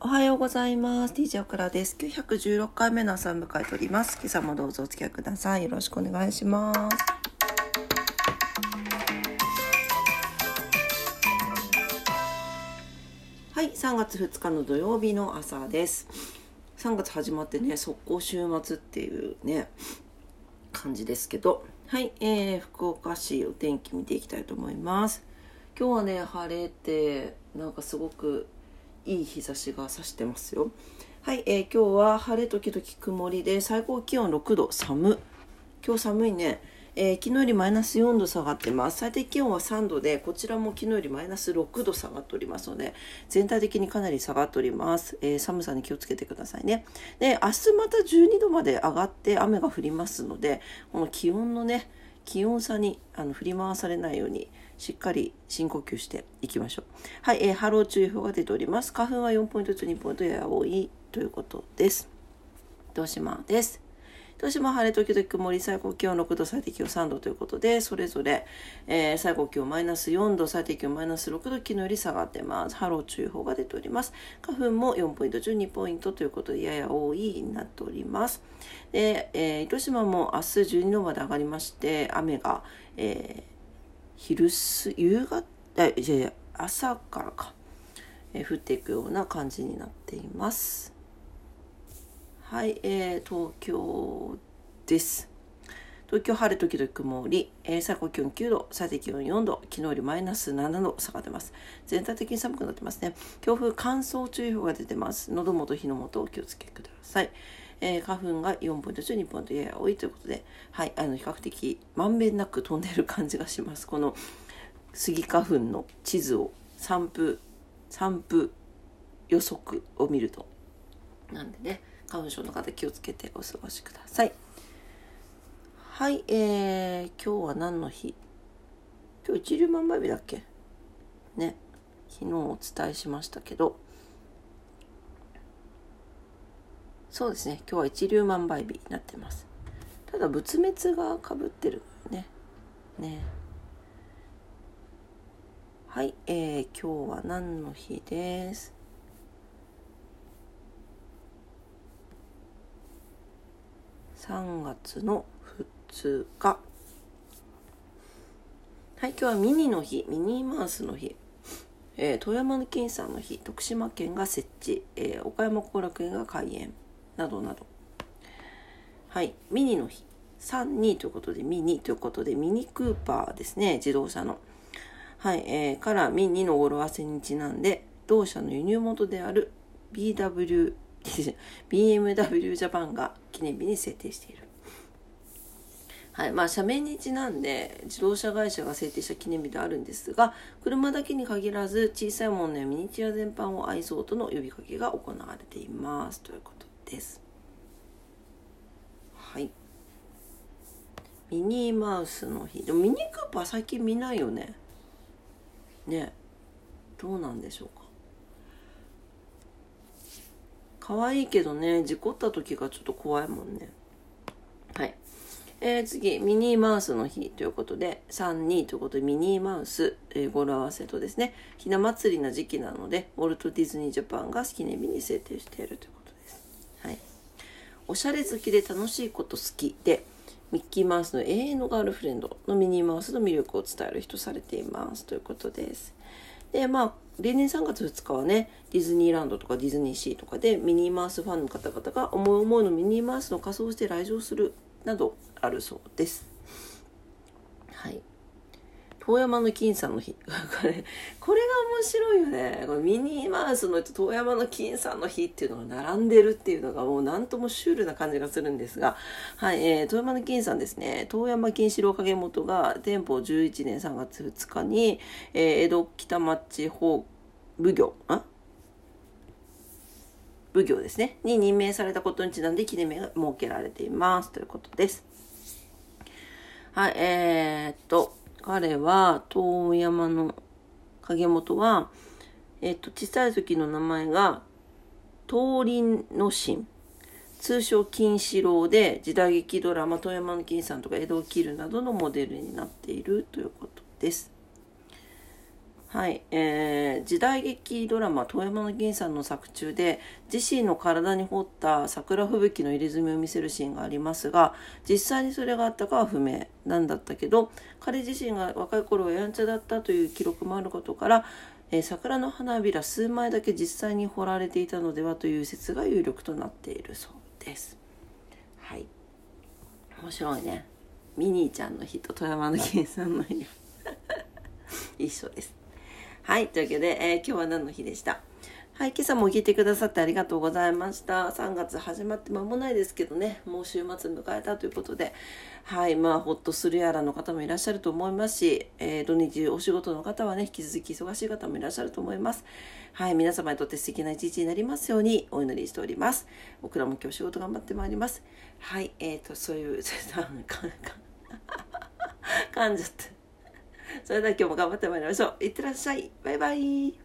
おはようございます。DJ オクラです。916回目の朝を迎えております。今朝もどうぞお付き合いください。よろしくお願いします。はい、3月2日の土曜日の朝です。3月始まってね、速攻週末っていうね、感じですけど、はい、福岡市お天気見ていきたいと思います。今日はね、晴れて、なんかすごくいい日差しが差してますよ。はい、今日は晴れ時々曇りで最高気温6度、今日寒いね。昨日よりマイナス4度下がってます。最低気温は3度で、こちらも昨日よりマイナス6度下がっておりますので、全体的にかなり下がっております。寒さに気をつけてくださいね。で、明日また12度まで上がって雨が降りますので、この気温差に振り回されないようにしっかり深呼吸していきましょう。はい、波浪注意報が出ております。花粉は4ポイント中2ポイントやや多いということです。糸島です。糸島晴れ時々曇り、最高気温6度、最低気温3度ということで、それぞれ、最高気温マイナス4度、最低気温マイナス6度、昨日より下がってます。波浪注意報が出ております。花粉も4ポイント中2ポイントということで、やや多いになっております。で、糸島も明日12度まで上がりまして、雨が、朝からか、降っていくような感じになっています。はい、東京です。東京晴れ時々曇り、最高気温9度、最低気温4度、昨日よりマイナス7度下がってます。全体的に寒くなってますね。強風乾燥注意報が出てます。喉元、火の元お気をつけください。花粉が4ポイント中2ポイントやや多いということで、はい、比較的まんべんなく飛んでいる感じがします。このスギ花粉の地図を散布予測を見ると、なんでね、花粉症の方気をつけてお過ごしください。はい、今日は何の日？今日一粒万倍日だっけね。昨日お伝えしましたけど、そうですね、今日は一粒万倍日になってます。ただ仏滅が被ってるね。はい、今日は何の日です。3月の2日。はい、今日はミニの日、ミニーマウスの日、富山の金さんの日、徳島県が設置、岡山後楽園が開園などなど。はい、ミニの日、32ということでミニということでミニクーパーですね、自動車の。はい、からミニの語呂合わせにちなんで、同社の輸入元である BMW ジャパンが記念日に制定している。はい、社名にちなんで自動車会社が制定した記念日であるんですが、車だけに限らず小さいものやミニチュア全般を愛そうとの呼びかけが行われていますということです。はい。ミニーマウスの日。でもミニクーパー最近見ないよね。ね。どうなんでしょうか。可愛いけどね、事故った時がちょっと怖いもんね。はい。次、ミニーマウスの日ということで、32ということでミニーマウス、語呂合わせとですね、ひな祭りな時期なので、ウォルト・ディズニー・ジャパンが記念日に制定しているということです。はい。おしゃれ好きで楽しいこと好きで、ミッキーマウスの永遠のガールフレンドのミニーマウスの魅力を伝える人されていますということです。で、例年3月2日はね、ディズニーランドとかディズニーシーとかでミニーマウスファンの方々が思い思いのミニーマウスの仮装をして来場するなどあるそうです。はい。遠山の金さんの日。これが面白いよね。これミニーマウスの遠山の金さんの日っていうのが並んでるっていうのがもうなんともシュールな感じがするんですが、はい、遠山の金さんですね。遠山金四郎影元が天保11年3月2日に、江戸北町奉奉行ですね。に任命されたことにちなんで記念日が設けられていますということです。はい、彼は遠山の影元は、小さい時の名前が東林の神、通称金四郎で、時代劇ドラマ遠山の金さんとか江戸を切るなどのモデルになっているということです。 はい、時代劇ドラマ遠山の銀さんの作中で自身の体に彫った桜吹雪の入れ墨を見せるシーンがありますが、実際にそれがあったかは不明なんだったけど、彼自身が若い頃はやんちゃだったという記録もあることから、桜の花びら数枚だけ実際に彫られていたのではという説が有力となっているそうです。はい、面白いね。ミニーちゃんの日と富山の銀さんの日一緒です。はい、というわけで、今日は何の日でした。はい、今朝も聞いてくださってありがとうございました。3月始まって間もないですけどね、もう週末迎えたということで、はい、ほっとするやらの方もいらっしゃると思いますし、土日お仕事の方はね、引き続き忙しい方もいらっしゃると思います。はい、皆様にとって素敵な一日になりますようにお祈りしております。僕らも今日仕事頑張ってまいります。はい、そういう、噛んじゃった。それでは今日も頑張ってまいりましょう。いってらっしゃい。バイバイ。